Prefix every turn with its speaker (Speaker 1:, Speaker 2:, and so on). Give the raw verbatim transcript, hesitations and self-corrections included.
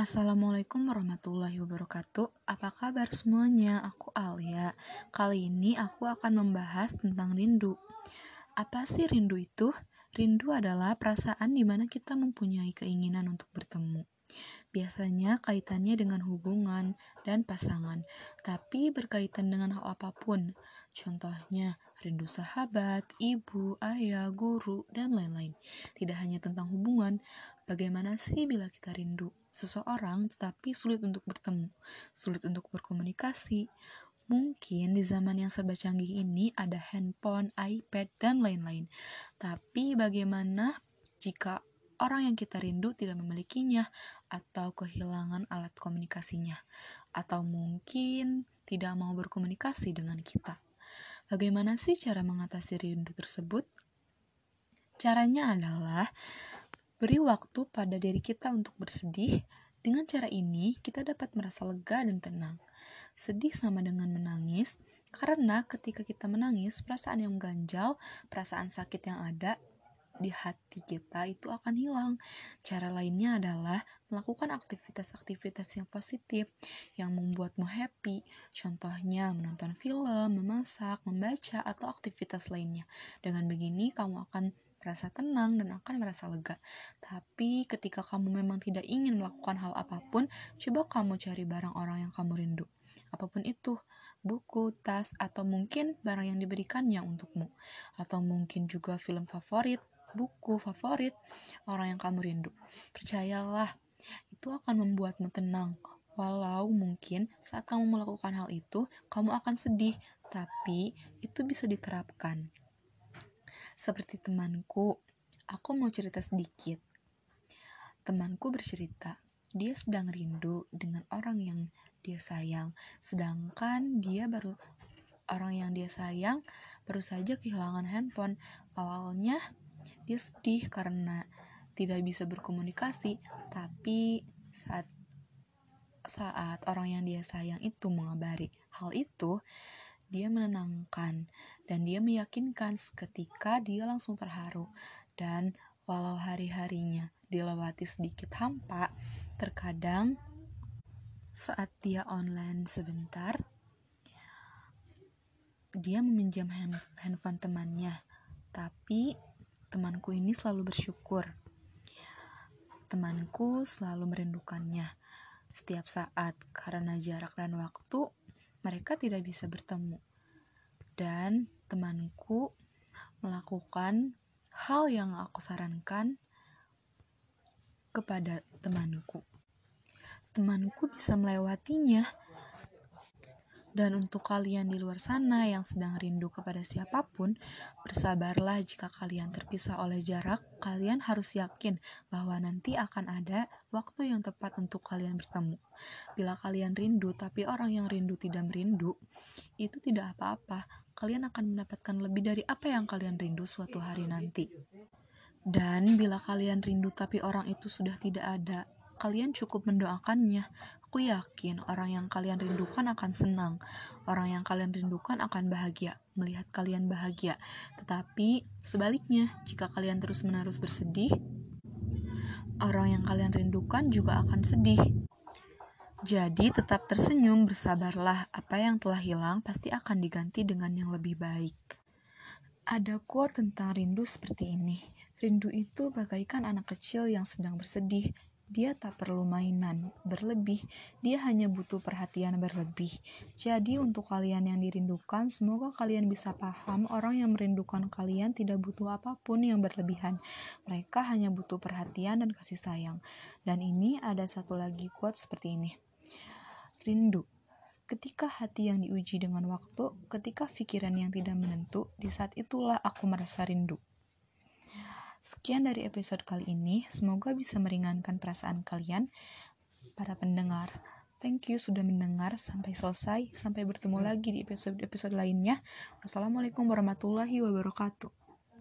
Speaker 1: Assalamualaikum warahmatullahi wabarakatuh. Apa kabar semuanya? Aku Alia. Kali ini aku akan membahas tentang rindu. Apa sih rindu itu? Rindu adalah perasaan di mana kita mempunyai keinginan untuk bertemu. Biasanya kaitannya dengan hubungan dan pasangan, tapi berkaitan dengan hal apapun. Contohnya, rindu sahabat, ibu, ayah, guru, dan lain-lain. Tidak hanya tentang hubungan, bagaimana sih bila kita rindu seseorang tetapi sulit untuk bertemu, sulit untuk berkomunikasi? Mungkin di zaman yang serba canggih ini ada handphone, iPad, dan lain-lain. Tapi bagaimana jika orang yang kita rindu tidak memilikinya atau kehilangan alat komunikasinya, atau mungkin tidak mau berkomunikasi dengan kita? Bagaimana sih cara mengatasi rindu tersebut? Caranya adalah beri waktu pada diri kita untuk bersedih. Dengan cara ini, kita dapat merasa lega dan tenang. Sedih sama dengan menangis, karena ketika kita menangis, perasaan yang mengganjal, perasaan sakit yang ada di hati kita itu akan hilang. Cara lainnya adalah melakukan aktivitas-aktivitas yang positif, yang membuatmu happy. Contohnya, menonton film, memasak, membaca, atau aktivitas lainnya. Dengan begini, kamu akan merasa tenang dan akan merasa lega. Tapi ketika kamu memang tidak ingin melakukan hal apapun, coba kamu cari barang orang yang kamu rindu. Apapun itu, buku, tas, atau mungkin barang yang diberikannya untukmu. Atau mungkin juga film favorit, buku favorit, orang yang kamu rindu. Percayalah, itu akan membuatmu tenang. Walau mungkin saat kamu melakukan hal itu, kamu akan sedih, tapi itu bisa diterapkan. Seperti temanku, aku mau cerita sedikit. Temanku bercerita, dia sedang rindu dengan orang yang dia sayang, sedangkan dia baru orang yang dia sayang baru saja kehilangan handphone. Awalnya dia sedih karena tidak bisa berkomunikasi, tapi saat saat orang yang dia sayang itu mengabari hal itu, dia menenangkan dan dia meyakinkan. Seketika dia langsung terharu, dan walau hari-harinya dilewati sedikit hampa, terkadang saat dia online sebentar, dia meminjam handphone temannya, tapi temanku ini selalu bersyukur. Temanku selalu merindukannya setiap saat karena jarak dan waktu mereka tidak bisa bertemu. Dan temanku melakukan hal yang aku sarankan kepada temanku. Temanku bisa melewatinya. Dan untuk kalian di luar sana yang sedang rindu kepada siapapun, bersabarlah jika kalian terpisah oleh jarak. Kalian harus yakin bahwa nanti akan ada waktu yang tepat untuk kalian bertemu. Bila kalian rindu tapi orang yang rindu tidak merindu, itu tidak apa-apa. Kalian akan mendapatkan lebih dari apa yang kalian rindu suatu hari nanti. Dan bila kalian rindu tapi orang itu sudah tidak ada, kalian cukup mendoakannya. Aku yakin orang yang kalian rindukan akan senang. Orang yang kalian rindukan akan bahagia, melihat kalian bahagia. Tetapi sebaliknya, jika kalian terus-menerus bersedih, orang yang kalian rindukan juga akan sedih. Jadi tetap tersenyum, bersabarlah. Apa yang telah hilang pasti akan diganti dengan yang lebih baik. Ada quote tentang rindu seperti ini. Rindu itu bagaikan anak kecil yang sedang bersedih. Dia tak perlu mainan berlebih, dia hanya butuh perhatian berlebih. Jadi untuk kalian yang dirindukan, semoga kalian bisa paham orang yang merindukan kalian tidak butuh apapun yang berlebihan. Mereka hanya butuh perhatian dan kasih sayang. Dan ini ada satu lagi quote seperti ini. Rindu. Ketika hati yang diuji dengan waktu, ketika pikiran yang tidak menentu, di saat itulah aku merasa rindu. Sekian dari episode kali ini, semoga bisa meringankan perasaan kalian, para pendengar. Thank you sudah mendengar sampai selesai, sampai bertemu lagi di episode-episode lainnya. Wassalamualaikum warahmatullahi wabarakatuh.